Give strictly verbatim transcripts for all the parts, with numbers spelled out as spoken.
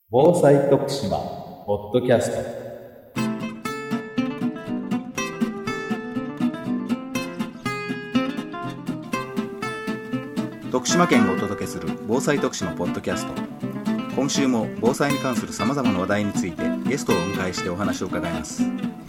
防災徳島ポッドキャスト。 徳島県がお届けする防災徳島ポッドキャスト。今週も防災に関するさまざまな話題についてゲストをお迎えしてお話を伺います。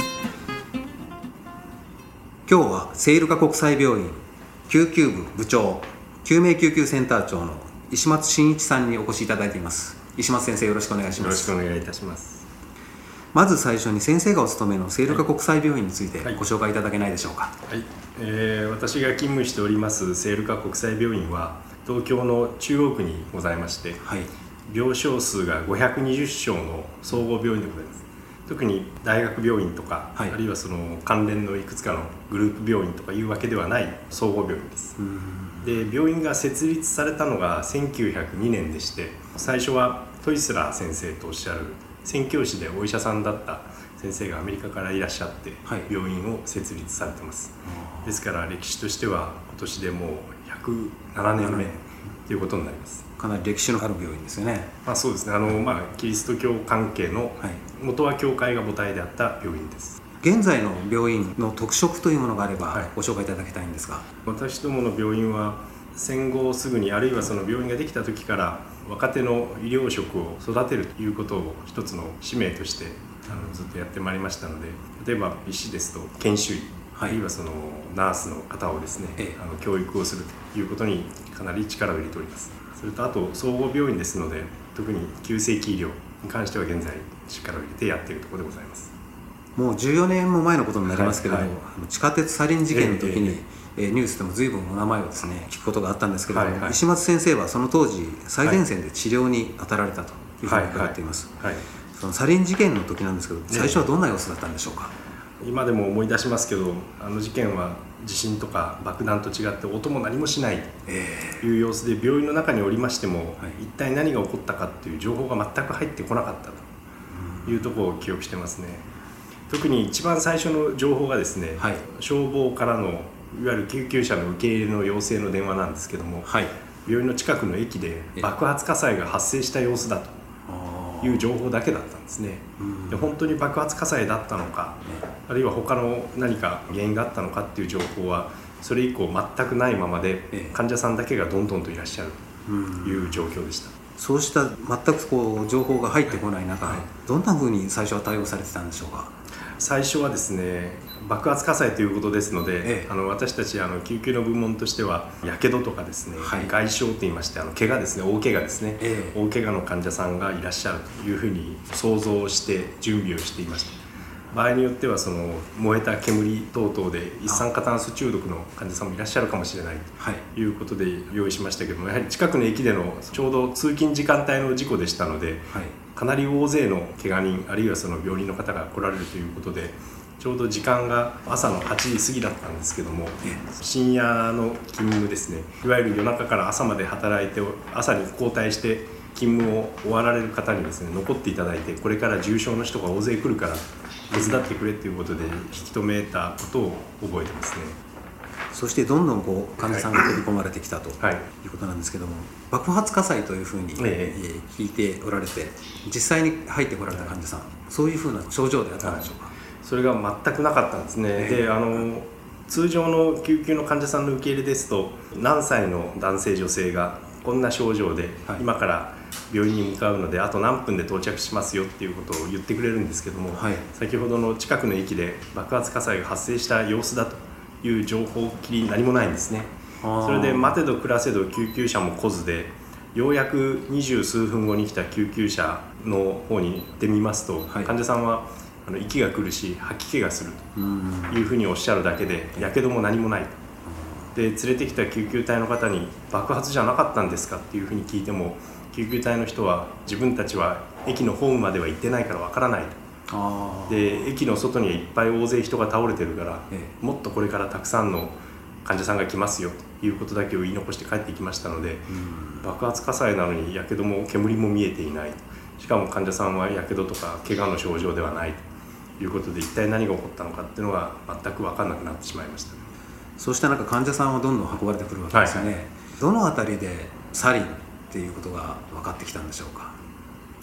今日は聖路加国際病院救急部部長、救命救急センター長の石松真一さんにお越しいただいています。石松先生、よろしくお願いします。 よろしくお願いいたします。 まず最初に先生がお勤めの聖路加国際病院についてご紹介いただけないでしょうか。 はいはい、えー、私が勤務しております聖路加国際病院は東京の中央区にございまして、はい、病床数がごひゃくにじゅっ床の総合病院でございます。特に大学病院とか、はい、あるいはその関連のいくつかのグループ病院とかいうわけではない総合病院です。で、病院が設立されたのがせんきゅうひゃくにねんでして、最初はトイスラー先生とおっしゃる宣教師でお医者さんだった先生がアメリカからいらっしゃって、はい、病院を設立されてます。ですから歴史としては今年でもうひゃくななねんめということになります。 かなり歴史のある病院ですよね。 あ、そうですね。あの、まあ、キリスト教関係の元は教会が母体であった病院です。 現在の病院の特色というものがあればご紹介いただきたいんですが。はい、 私どもの病院は戦後すぐに、あるいはその病院ができた時から若手の医療職を育てるということを一つの使命としてあのずっとやってまいりましたので、例えば医師ですと研修医、はい、あるいはそのナースの方をですね、ええ、あの教育をするということにかなり力を入れております。それとあと総合病院ですので、特に急性期医療に関しては現在力を入れてやっているところでございます。 もうじゅうよねんも前のことになりますけれども、はいはい、地下鉄サリン事件の時に、えええニュースでも随分お名前をですね聞くことがあったんですけれども、はいはい、石松先生はその当時最前線で治療に当たられたというふうに伺っています。はいはいはい、そのサリン事件の時なんですけど、最初はどんな様子だったんでしょうか。 今でも思い出しますけど、あの事件は地震とか爆弾と違って音も何もしないという様子で、病院の中におりましても、はい、一体何が起こったかという情報が全く入ってこなかったというところを記憶してますね。特に一番最初の情報がですね、はい、消防からのいわゆる救急車の受け入れの要請の電話なんですけども、はい、病院の近くの駅で爆発火災が発生した様子だという情報だけだったんですね。で、本当に爆発火災だったのか、あるいは他の何か原因があったのかっていう情報はそれ以降全くないままで、患者さんだけがどんどんといらっしゃるという状況でした。 そうした全くこう情報が入ってこない中、はいはい、どんなふうに最初は対応されてたんでしょうか。 最初はですね、爆発火災ということですので、ええ、あの私たちあの救急の部門としてはやけどとかですね、はい、外傷といいまして、あの怪我ですね、大怪我ですね、ええ、大怪我の患者さんがいらっしゃるというふうに想像して準備をしていました。場合によってはその燃えた煙等々で一酸化炭素中毒の患者さんもいらっしゃるかもしれないということで用意しましたけども、やはり近くの駅でのちょうど通勤時間帯の事故でしたので、はい、かなり大勢の怪我人あるいはその病人の方が来られるということで、ちょうど時間が朝のはちじ過ぎだったんですけども、深夜の勤務ですね、いわゆる夜中から朝まで働いて朝に交代して勤務を終わられる方にですね残っていただいて、これから重症の人が大勢来るから手伝ってくれということで引き止めたことを覚えてますね。 そしてどんどんこう患者さんが取り込まれてきたということなんですけども、はい、爆発火災というふうに、ええ聞いておられて、実際に入ってこられた患者さん、そういうふうな症状であったんでしょうか。はい、 それが全くなかったんですね。ええ、であの通常の救急の患者さんの受け入れですと、何歳の男性女性がこんな症状で、はい、今から病院に向かうのであと何分で到着しますよっていうことを言ってくれるんですけども、はい、先ほどの近くの駅で爆発火災が発生した様子だという情報っきり何もないんですね。それで待てど暮らせど救急車も来ずで、ようやく二十数分後に来た救急車の方に行ってみますと、はい、患者さんはあの息が苦しい、吐き気がするというふうにおっしゃるだけで、やけども何もないと。で、連れてきた救急隊の方に爆発じゃなかったんですかっていうふうに聞いても、救急隊の人は自分たちは駅のホームまでは行ってないからわからないと。あで、駅の外にはいっぱい大勢人が倒れてるから、ええ、もっとこれからたくさんの患者さんが来ますよということだけを言い残して帰ってきましたので、爆発火災なのにやけども煙も見えていない、しかも患者さんはやけどとか怪我の症状ではないということで、一体何が起こったのかっていうのが全く分からなくなってしまいました。 そうした中、患者さんはどんどん運ばれてくるわけですよね。はい、どのあたりでサリンっていうことが分かってきたんでしょうか。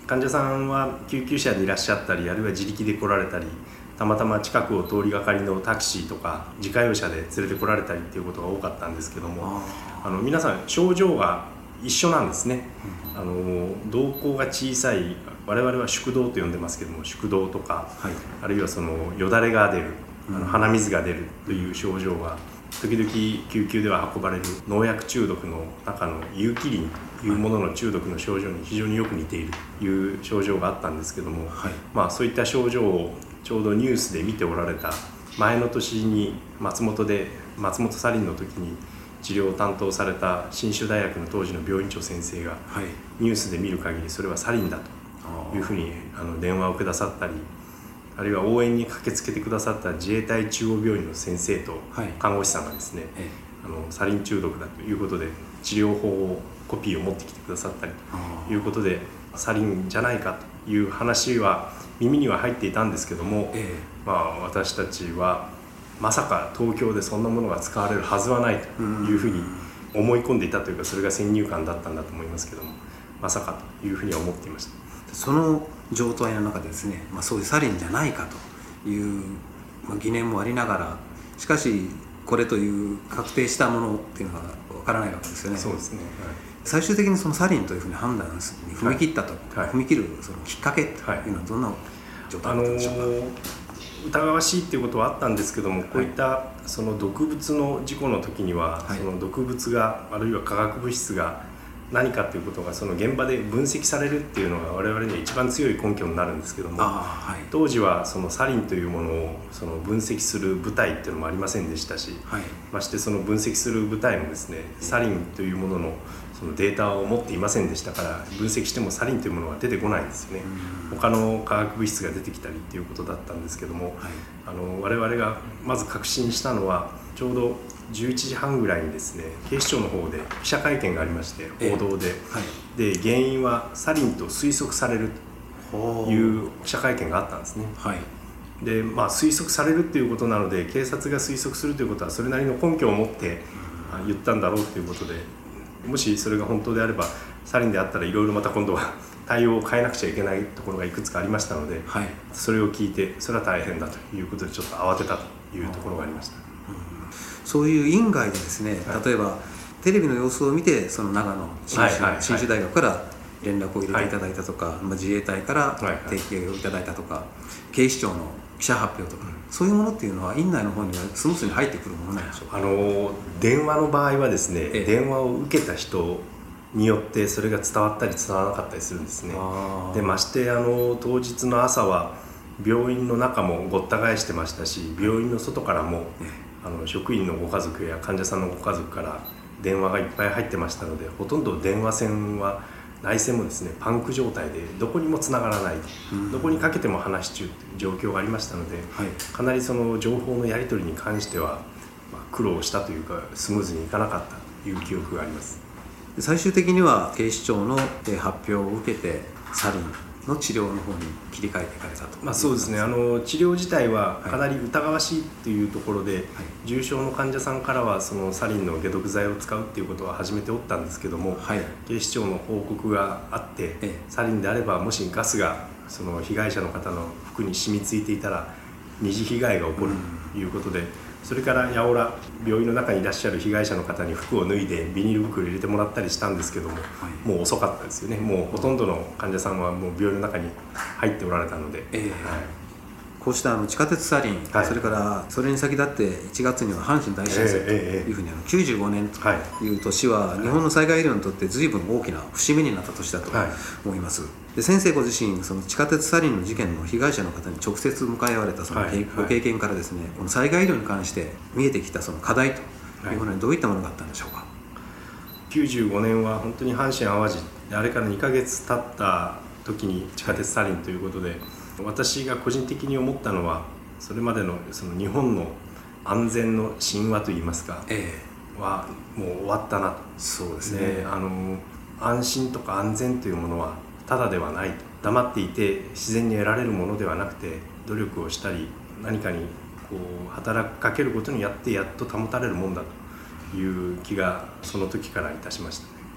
患者さんは救急車でいらっしゃったり、あるいは自力で来られたり、たまたま近くを通りがかりのタクシーとか自家用車で連れて来られたりっていうことが多かったんですけども、あの皆さん症状が一緒なんですね。あの瞳孔が小さい、我々は宿瞳と呼んでますけども、宿瞳とか、はい、あるいはそのよだれが出る、あの鼻水が出るという症状が時々救急では運ばれる農薬中毒の中の有機リンというものの中毒の症状に非常によく似ているという症状があったんですけども、はい、まあ、そういった症状をちょうどニュースで見ておられた前の年に松本で松本サリンの時に治療を担当された信州大学の当時の病院長先生が、はい、ニュースで見る限りそれはサリンだというふうにあの電話をくださったり、あるいは応援に駆けつけてくださった自衛隊中央病院の先生と看護師さんがですね、はい、あのサリン中毒だということで治療法をコピーを持ってきてくださったりということで、サリンじゃないかという話は耳には入っていたんですけども、ええ、まあ、私たちはまさか東京でそんなものが使われるはずはないというふうに思い込んでいたというか、それが先入観だったんだと思いますけども、まさかというふうには思っていました。 その状態の中でですね、まあ、そういうサリンじゃないかという、まあ、疑念もありながら、しかしこれという確定したものっていうのは分からないわけですよね。 そうですね、はい、 最終的にそのサリンというふうに判断に踏み切ったと、はい、踏み切るそのきっかけというのはどんな状態だったんでしょうか。あのー、 疑わしいっていうことはあったんですけども、こういったその毒物の事故の時には、はい、その毒物があるいは化学物質が何かということがその現場で分析されるっていうのが我々には一番強い根拠になるんですけども、はい、当時はそのサリンというものをその分析する部隊っていうのもありませんでしたし、はい、ましてその分析する部隊もですね、サリンというもののそのデータを持っていませんでしたから、分析してもサリンというものは出てこないんですよね。他の化学物質が出てきたりっていうことだったんですけども、はい、あの我々がまず確信したのはちょうどじゅういちじはんぐらいにですね、警視庁の方で記者会見がありまして、報道で、はい、で原因はサリンと推測されるという記者会見があったんですね。はい、で、まあ、推測されるっていうことなので、警察が推測するということはそれなりの根拠を持って言ったんだろうということで、もしそれが本当であればサリンであったらいろいろまた今度は対応を変えなくちゃいけないところがいくつかありましたので、はい、それを聞いてそれは大変だということでちょっと慌てたというところがありました。 そういう因外でですね、例えば、はい、テレビの様子を見てその長野信州、はいはい、信州大学から連絡を入れていただいたとか、はい、まあ、自衛隊から提携をいただいたとか、はいはい、警視庁の記者発表とか、うん、そういうものっていうのは院内の方にはスムーズに入ってくるものなんでしょうか。 あの電話の場合はですね、ええ、電話を受けた人によってそれが伝わったり伝わらなかったりするんですね。でましてあの当日の朝は病院の中もごった返してましたし、病院の外からも、ええ、あの職員のご家族や患者さんのご家族から電話がいっぱい入ってましたので、ほとんど電話線は内線もですねパンク状態でどこにもつながらない、うん、どこにかけても話し中という状況がありましたので、はい、かなりその情報のやり取りに関しては、まあ、苦労したというかスムーズにいかなかったという記憶があります。 最終的には警視庁の発表を受けてサリンの治療の方に切り替えていかれたと。 まあ、そうですね、あの治療自体はかなり疑わしいというところで、はい、重症の患者さんからはそのサリンの解毒剤を使うっていうことは始めておったんですけども、はい、警視庁の報告があって、ええ、サリンであればもしガスがその被害者の方の服に染みついていたら二次被害が起こるということで、うん、それからやおら病院の中にいらっしゃる被害者の方に服を脱いでビニール袋入れてもらったりしたんですけども、はい、もう遅かったですよね。もうほとんどの患者さんはもう病院の中に入っておられたので、えーはい、 こうしたあの地下鉄サリン、はい、それからそれに先立っていちがつには阪神大震災というふうにあのきゅうじゅうごねんという年は日本の災害医療にとって随分大きな節目になった年だと思います。で先生ご自身その地下鉄サリンの事件の被害者の方に直接向かい合われたそのご経験からですね、この災害医療に関して見えてきたその課題というものにどういったものがあったんでしょうか。 きゅうじゅうごねんは本当に阪神・淡路あれからにかげつ経った時に地下鉄サリンということで、私が個人的に思ったのはそれまでのその日本の安全の神話といいますか、ええ、はもう終わったなと。 そうですね。 であの安心とか安全というものはただではないと。黙っていて自然に得られるものではなくて、努力をしたり何かにこう働きかけることによってやっと保たれるもんだという気がその時からいたしましたね。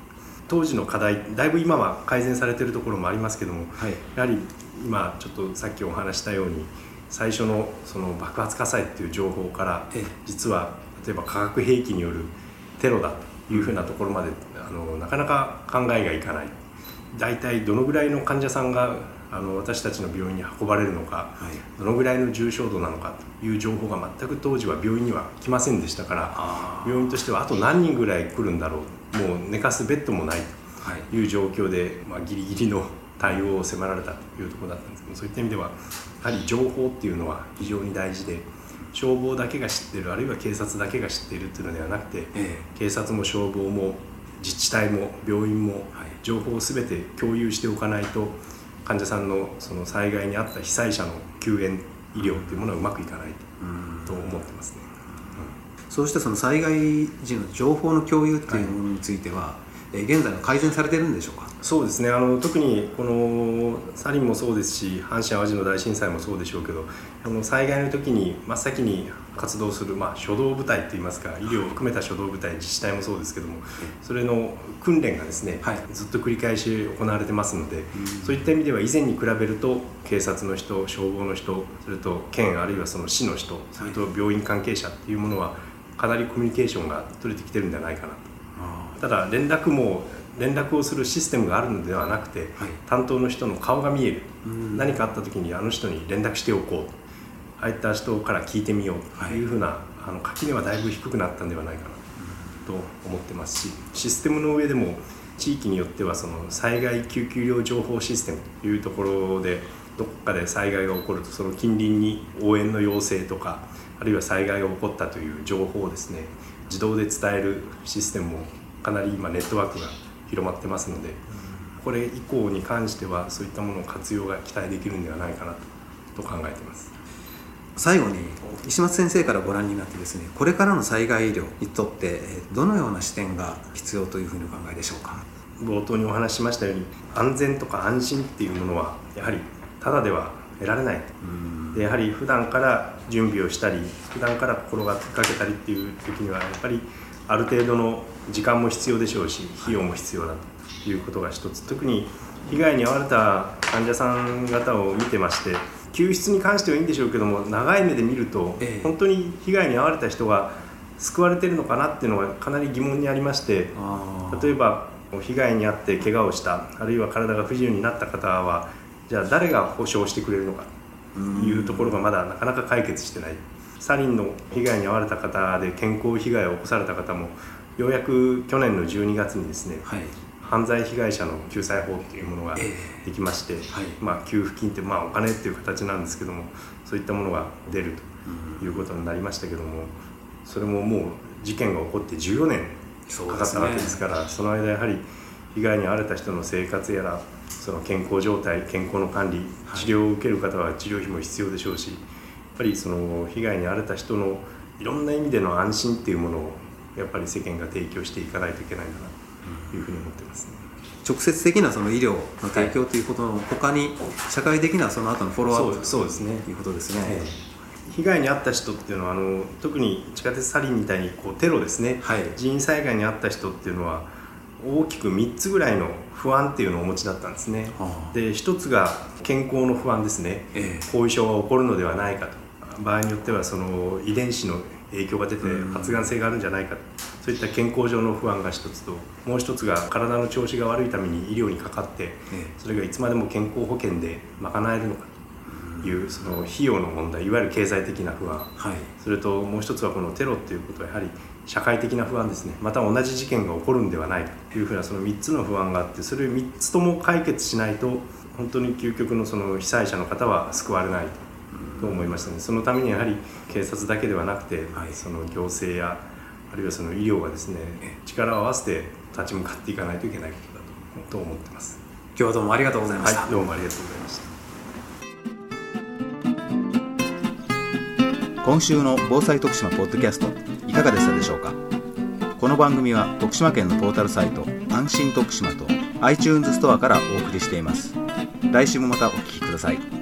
当時の課題だいぶ今は改善されているところもありますけども、 はい、 やはり今ちょっとさっきお話したように最初のその爆発火災っていう情報から、ええ、実は例えば化学兵器によるテロだというふうなところまであのなかなか考えがいかない。大体どのぐらいの患者さんがあの私たちの病院に運ばれるのか、はい、どのぐらいの重症度なのかという情報が全く当時は病院には来ませんでしたから、病院としてはあと何人ぐらい来るんだろう、もう寝かすベッドもないという状況で、まあ、ギリギリの対応を迫られたというところだったんですけど、そういった意味ではやはり情報っていうのは非常に大事で、消防だけが知っている、あるいは警察だけが知っているというのではなくて、ええ、警察も消防も自治体も病院も情報を全て共有しておかないと、患者さんのその災害に遭った被災者の救援医療というものはうまくいかないと思ってますね。 うん、そうしてその災害時の情報の共有っていうものについては、はい、現在の改善されているんでしょうか。 そうですね、あの特にこのサリンもそうですし、阪神・淡路の大震災もそうでしょうけど、あの災害の時に真っ先に活動する、まあ、初動部隊といいますか、医療を含めた初動部隊、自治体もそうですけども、それの訓練がですね、はい、ずっと繰り返し行われてますので、そういった意味では以前に比べると警察の人、消防の人、それと県あるいはその市の人、それと病院関係者っていうものはかなりコミュニケーションが取れてきてるんじゃないかなと。ただ連絡も連絡をするシステムがあるのではなくて、はい、担当の人の顔が見える、何かあった時にあの人に連絡しておこう、ああいった人から聞いてみようというふうな、はい、あの垣根はだいぶ低くなったんではないかなと思ってますし、システムの上でも地域によってはその災害救急医療情報システムというところで、どこかで災害が起こるとその近隣に応援の要請とか、あるいは災害が起こったという情報をですね、自動で伝えるシステムもかなり今ネットワークが広まってますので、これ以降に関してはそういったものの活用が期待できるんではないかなと考えています。 最後に石松先生からご覧になってですね、これからの災害医療にとってどのような視点が必要というふうにお考えでしょうか。 冒頭にお話ししましたように、安全とか安心っていうものはやはりただでは得られない。でやはり普段から準備をしたり、普段から心がけたりっていう時にはやっぱりある程度の時間も必要でしょうし、費用も必要だということが一つ。特に被害に遭われた患者さん方を見てまして、救出に関してはいいんでしょうけども、長い目で見ると、ええ、本当に被害に遭われた人が救われているのかなっていうのがかなり疑問にありまして、例えば被害に遭って怪我をした、あるいは体が不自由になった方は、じゃあ誰が保証してくれるのかというところがまだなかなか解決してない。サリンの被害に遭われた方で健康被害を起こされた方も、ようやく去年のじゅうにがつにですね、はい、犯罪被害者の救済法というものができまして、えーはい、まあ、給付金ってまあお金っていう形なんですけども、そういったものが出るということになりましたけども、それももう事件が起こってじゅうよねんかかったわけですから、 そ, ね、その間やはり被害に遭われた人の生活やら、その健康状態、健康の管理、治療を受ける方は治療費も必要でしょうし、やっぱりその被害に遭われた人のいろんな意味での安心っていうものをやっぱり世間が提供していかないといけないんだなというふうに思ってますね。 直接的なその医療の提供ということの他に、社会的なその後のフォローアップそうですね、 ということですね。えー、被害に遭った人っていうのは、あの特に地下鉄サリンみたいにこうテロですね、はい、人為災害に遭った人っていうのは大きくみっつぐらいの不安っていうのをお持ちだったんですね。で、ひとつが健康の不安ですね、えー、後遺症が起こるのではないかと、場合によってはその遺伝子の影響が出て発がん性があるんじゃないかと、そういった健康上の不安が一つと、もう一つが体の調子が悪いために医療にかかって、それがいつまでも健康保険で賄えるのかという、その費用の問題、いわゆる経済的な不安、はい、それともう一つはこのテロということはやはり社会的な不安ですね。また同じ事件が起こるんではないかというふうな、そのみっつの不安があって、それをみっつとも解決しないと本当に究極のその被災者の方は救われないと思いましたね。そのためにやはり警察だけではなくて、はい、その行政やあるいはその医療がですね、力を合わせて立ち向かっていかないといけないことだと思ってます。 今日はどうもありがとうございました。 はい、どうもありがとうございました。今週の防災徳島ポッドキャストいかがでしたでしょうか。この番組は徳島県のポータルサイト安心徳島と iTunes ストアからお送りしています。来週もまたお聞きください。